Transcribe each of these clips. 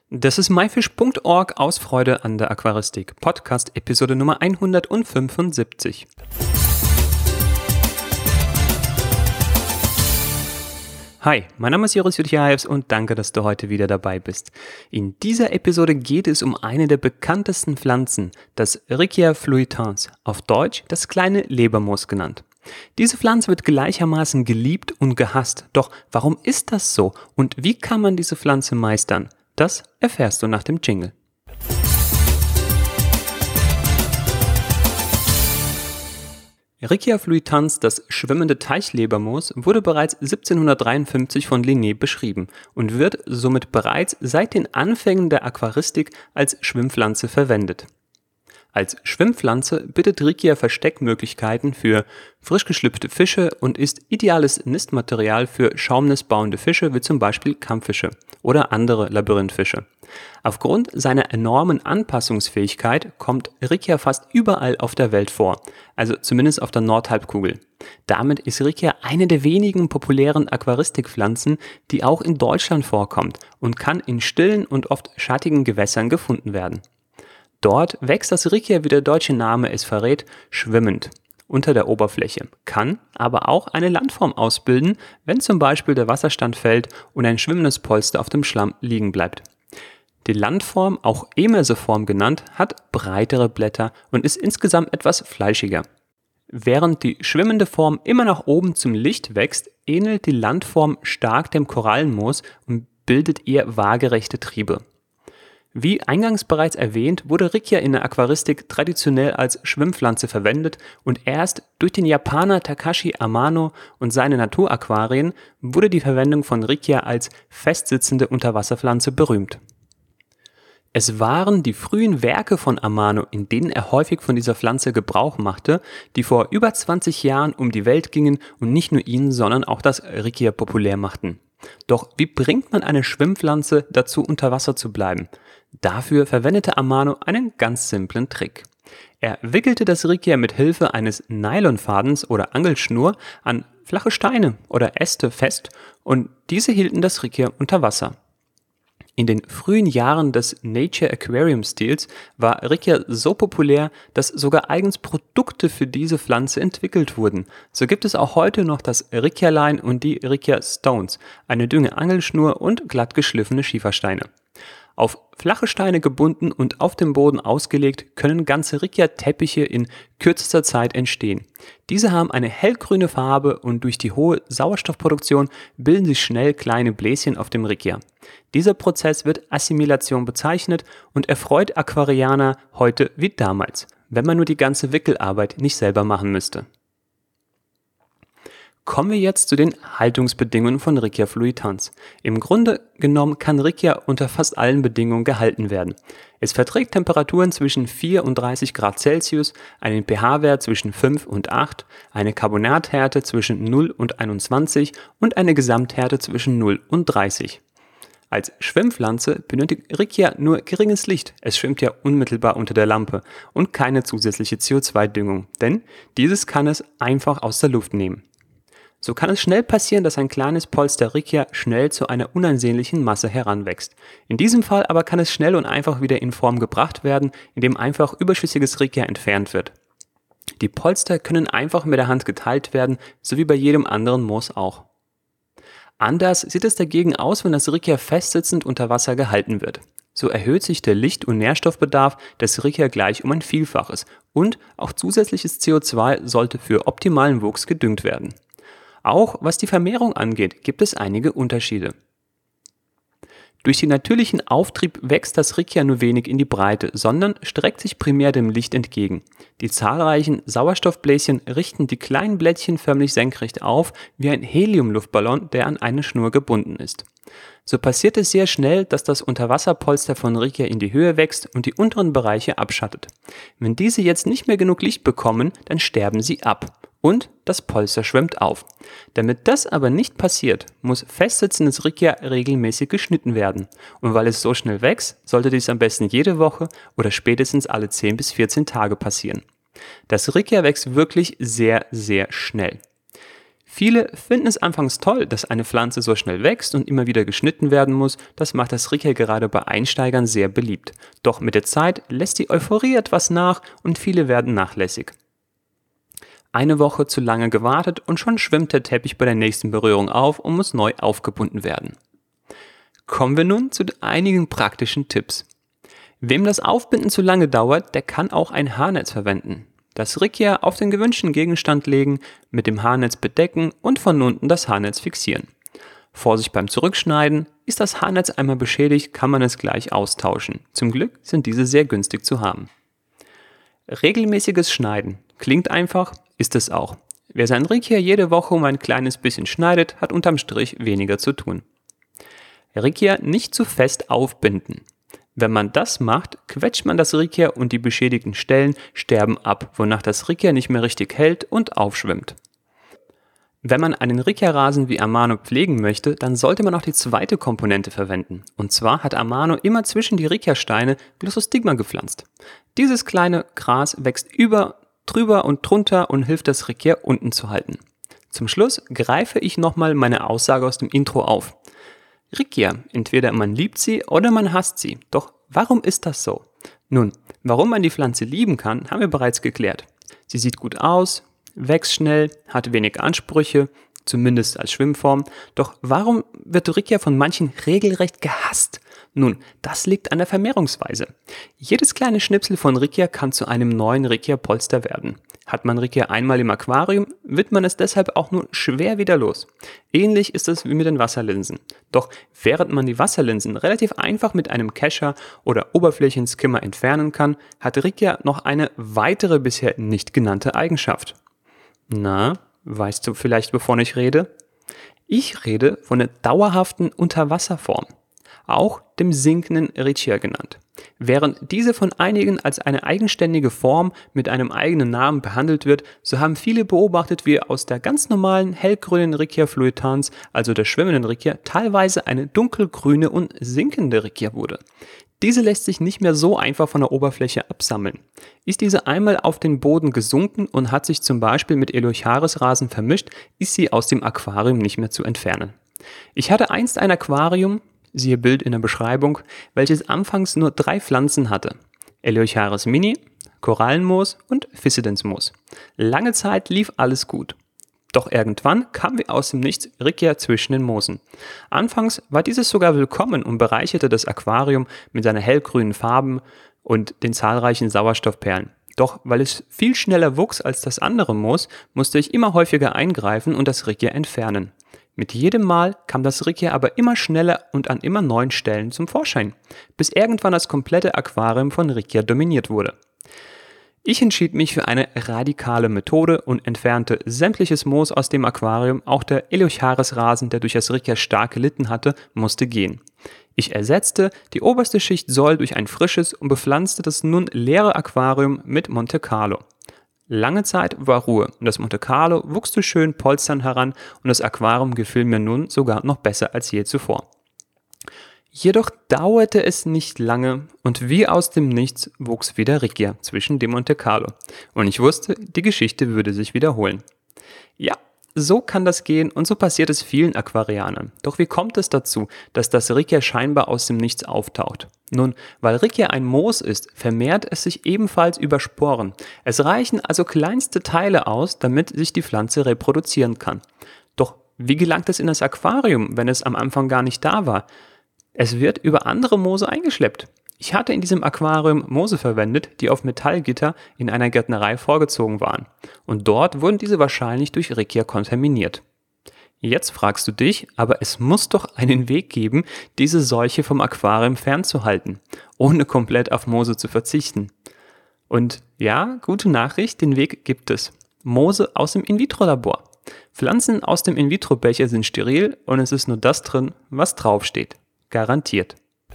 Das ist myfish.org aus Freude an der Aquaristik. Podcast Episode Nummer 175. Hi, mein Name ist Joris Jutjaevs und danke, dass du heute wieder dabei bist. In dieser Episode geht es um eine der bekanntesten Pflanzen, das Riccia fluitans, auf Deutsch das kleine Lebermoos genannt. Diese Pflanze wird gleichermaßen geliebt und gehasst. Doch warum ist das so und wie kann man diese Pflanze meistern? Das erfährst du nach dem Jingle. Riccia fluitans, das schwimmende Teichlebermoos, wurde bereits 1753 von Linné beschrieben und wird somit bereits seit den Anfängen der Aquaristik als Schwimmpflanze verwendet. Als Schwimmpflanze bietet Riccia Versteckmöglichkeiten für frisch geschlüpfte Fische und ist ideales Nistmaterial für schaumnestbauende Fische wie zum Beispiel Kampffische oder andere Labyrinthfische. Aufgrund seiner enormen Anpassungsfähigkeit kommt Riccia fast überall auf der Welt vor, also zumindest auf der Nordhalbkugel. Damit ist Riccia eine der wenigen populären Aquaristikpflanzen, die auch in Deutschland vorkommt und kann in stillen und oft schattigen Gewässern gefunden werden. Dort wächst das Riccia, wie der deutsche Name es verrät, schwimmend unter der Oberfläche, kann aber auch eine Landform ausbilden, wenn zum Beispiel der Wasserstand fällt und ein schwimmendes Polster auf dem Schlamm liegen bleibt. Die Landform, auch Emerseform genannt, hat breitere Blätter und ist insgesamt etwas fleischiger. Während die schwimmende Form immer nach oben zum Licht wächst, ähnelt die Landform stark dem Korallenmoos und bildet eher waagerechte Triebe. Wie eingangs bereits erwähnt, wurde Riccia in der Aquaristik traditionell als Schwimmpflanze verwendet und erst durch den Japaner Takashi Amano und seine Naturaquarien wurde die Verwendung von Riccia als festsitzende Unterwasserpflanze berühmt. Es waren die frühen Werke von Amano, in denen er häufig von dieser Pflanze Gebrauch machte, die vor über 20 Jahren um die Welt gingen und nicht nur ihn, sondern auch das Riccia populär machten. Doch wie bringt man eine Schwimmpflanze dazu, unter Wasser zu bleiben? Dafür verwendete Amano einen ganz simplen Trick. Er wickelte das Riccia mit Hilfe eines Nylonfadens oder Angelschnur an flache Steine oder Äste fest und diese hielten das Riccia unter Wasser. In den frühen Jahren des Nature Aquarium Stils war Riccia so populär, dass sogar eigens Produkte für diese Pflanze entwickelt wurden. So gibt es auch heute noch das Riccia Line und die Riccia Stones, eine dünne Angelschnur und glatt geschliffene Schiefersteine. Auf flache Steine gebunden und auf dem Boden ausgelegt, können ganze Riccia-Teppiche in kürzester Zeit entstehen. Diese haben eine hellgrüne Farbe und durch die hohe Sauerstoffproduktion bilden sich schnell kleine Bläschen auf dem Riccia. Dieser Prozess wird Assimilation bezeichnet und erfreut Aquarianer heute wie damals, wenn man nur die ganze Wickelarbeit nicht selber machen müsste. Kommen wir jetzt zu den Haltungsbedingungen von Riccia fluitans. Im Grunde genommen kann Riccia unter fast allen Bedingungen gehalten werden. Es verträgt Temperaturen zwischen 4 und 30 Grad Celsius, einen pH-Wert zwischen 5 und 8, eine Carbonathärte zwischen 0 und 21 und eine Gesamthärte zwischen 0 und 30. Als Schwimmpflanze benötigt Riccia nur geringes Licht, es schwimmt ja unmittelbar unter der Lampe, und keine zusätzliche CO2-Düngung, denn dieses kann es einfach aus der Luft nehmen. So kann es schnell passieren, dass ein kleines Polster Riccia schnell zu einer unansehnlichen Masse heranwächst. In diesem Fall aber kann es schnell und einfach wieder in Form gebracht werden, indem einfach überschüssiges Riccia entfernt wird. Die Polster können einfach mit der Hand geteilt werden, so wie bei jedem anderen Moos auch. Anders sieht es dagegen aus, wenn das Riccia festsitzend unter Wasser gehalten wird. So erhöht sich der Licht- und Nährstoffbedarf des Riccia gleich um ein Vielfaches und auch zusätzliches CO2 sollte für optimalen Wuchs gedüngt werden. Auch was die Vermehrung angeht, gibt es einige Unterschiede. Durch den natürlichen Auftrieb wächst das Riccia nur wenig in die Breite, sondern streckt sich primär dem Licht entgegen. Die zahlreichen Sauerstoffbläschen richten die kleinen Blättchen förmlich senkrecht auf, wie ein Heliumluftballon, der an eine Schnur gebunden ist. So passiert es sehr schnell, dass das Unterwasserpolster von Riccia in die Höhe wächst und die unteren Bereiche abschattet. Wenn diese jetzt nicht mehr genug Licht bekommen, dann sterben sie ab. Und das Polster schwemmt auf. Damit das aber nicht passiert, muss festsitzendes Riccia regelmäßig geschnitten werden. Und weil es so schnell wächst, sollte dies am besten jede Woche oder spätestens alle 10 bis 14 Tage passieren. Das Riccia wächst wirklich sehr, sehr schnell. Viele finden es anfangs toll, dass eine Pflanze so schnell wächst und immer wieder geschnitten werden muss. Das macht das Rikia gerade bei Einsteigern sehr beliebt. Doch mit der Zeit lässt die Euphorie etwas nach und viele werden nachlässig. Eine Woche zu lange gewartet und schon schwimmt der Teppich bei der nächsten Berührung auf und muss neu aufgebunden werden. Kommen wir nun zu einigen praktischen Tipps. Wem das Aufbinden zu lange dauert, der kann auch ein Haarnetz verwenden. Das Rikia auf den gewünschten Gegenstand legen, mit dem Haarnetz bedecken und von unten das Haarnetz fixieren. Vorsicht beim Zurückschneiden, ist das Haarnetz einmal beschädigt, kann man es gleich austauschen. Zum Glück sind diese sehr günstig zu haben. Regelmäßiges Schneiden. Klingt einfach, ist es auch. Wer sein Rikia jede Woche um ein kleines bisschen schneidet, hat unterm Strich weniger zu tun. Rikia nicht zu fest aufbinden. Wenn man das macht, quetscht man das Rikia und die beschädigten Stellen sterben ab, wonach das Rikia nicht mehr richtig hält und aufschwimmt. Wenn man einen Rikia-Rasen wie Amano pflegen möchte, dann sollte man auch die zweite Komponente verwenden. Und zwar hat Amano immer zwischen die Rikia-Steine Glossostigma gepflanzt. Dieses kleine Gras wächst drüber und drunter und hilft das Rikia unten zu halten. Zum Schluss greife ich nochmal meine Aussage aus dem Intro auf. Rikia, entweder man liebt sie oder man hasst sie. Doch warum ist das so? Nun, warum man die Pflanze lieben kann, haben wir bereits geklärt. Sie sieht gut aus, wächst schnell, hat wenig Ansprüche, zumindest als Schwimmform. Doch warum wird Rikia von manchen regelrecht gehasst? Nun, das liegt an der Vermehrungsweise. Jedes kleine Schnipsel von Rikia kann zu einem neuen Rikia-Polster werden. Hat man Rikia einmal im Aquarium, wird man es deshalb auch nur schwer wieder los. Ähnlich ist es wie mit den Wasserlinsen. Doch während man die Wasserlinsen relativ einfach mit einem Kescher oder Oberflächenskimmer entfernen kann, hat Rikia noch eine weitere bisher nicht genannte Eigenschaft. Na, weißt du vielleicht, wovon ich rede? Ich rede von der dauerhaften Unterwasserform, auch dem sinkenden Rikia genannt. Während diese von einigen als eine eigenständige Form mit einem eigenen Namen behandelt wird, so haben viele beobachtet, wie aus der ganz normalen hellgrünen Rikia fluitans, also der schwimmenden Rikia, teilweise eine dunkelgrüne und sinkende Rikia wurde. Diese lässt sich nicht mehr so einfach von der Oberfläche absammeln. Ist diese einmal auf den Boden gesunken und hat sich zum Beispiel mit Eleucharis-Rasen vermischt, ist sie aus dem Aquarium nicht mehr zu entfernen. Ich hatte einst ein Aquarium, siehe Bild in der Beschreibung, welches anfangs nur 3 Pflanzen hatte. Eleucharis mini, Korallenmoos und Physidensmoos. Lange Zeit lief alles gut. Doch irgendwann kam wie aus dem Nichts Rikia zwischen den Moosen. Anfangs war dieses sogar willkommen und bereicherte das Aquarium mit seinen hellgrünen Farben und den zahlreichen Sauerstoffperlen. Doch weil es viel schneller wuchs als das andere Moos, musste ich immer häufiger eingreifen und das Rikia entfernen. Mit jedem Mal kam das Rikia aber immer schneller und an immer neuen Stellen zum Vorschein, bis irgendwann das komplette Aquarium von Rikia dominiert wurde. Ich entschied mich für eine radikale Methode und entfernte sämtliches Moos aus dem Aquarium, auch der Eleucharis-Rasen, der durch das Rikia stark gelitten hatte, musste gehen. Ich ersetzte die oberste Schicht Soll durch ein frisches und bepflanzte das nun leere Aquarium mit Monte Carlo. Lange Zeit war Ruhe und das Monte Carlo wuchs zu schönen Polstern heran und das Aquarium gefiel mir nun sogar noch besser als je zuvor. Jedoch dauerte es nicht lange und wie aus dem Nichts wuchs wieder Rikia zwischen dem Monte Carlo. Und ich wusste, die Geschichte würde sich wiederholen. Ja, so kann das gehen und so passiert es vielen Aquarianern. Doch wie kommt es dazu, dass das Rikia scheinbar aus dem Nichts auftaucht? Nun, weil Rikia ein Moos ist, vermehrt es sich ebenfalls über Sporen. Es reichen also kleinste Teile aus, damit sich die Pflanze reproduzieren kann. Doch wie gelangt es in das Aquarium, wenn es am Anfang gar nicht da war? Es wird über andere Moose eingeschleppt. Ich hatte in diesem Aquarium Moose verwendet, die auf Metallgitter in einer Gärtnerei vorgezogen waren. Und dort wurden diese wahrscheinlich durch Rikia kontaminiert. Jetzt fragst du dich, aber es muss doch einen Weg geben, diese Seuche vom Aquarium fernzuhalten, ohne komplett auf Moose zu verzichten. Und ja, gute Nachricht, den Weg gibt es. Moose aus dem In-vitro-Labor. Pflanzen aus dem In-vitro-Becher sind steril und es ist nur das drin, was draufsteht. Garantiert.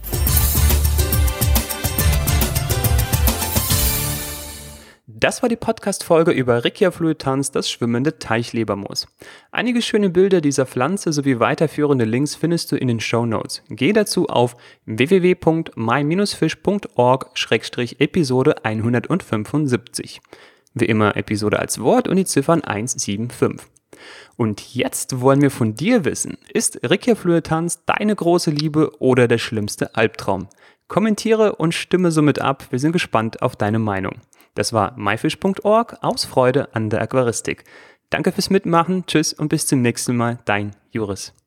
Das war die Podcast-Folge über Rikia fluitans, das schwimmende Teichlebermoos. Einige schöne Bilder dieser Pflanze sowie weiterführende Links findest du in den Shownotes. Geh dazu auf www.my-fish.org/Episode 175. Wie immer Episode als Wort und die Ziffern 175. Und jetzt wollen wir von dir wissen, ist Recurfluotanz deine große Liebe oder der schlimmste Albtraum? Kommentiere und stimme somit ab, wir sind gespannt auf deine Meinung. Das war myfish.org aus Freude an der Aquaristik. Danke fürs Mitmachen, tschüss und bis zum nächsten Mal, dein Juris.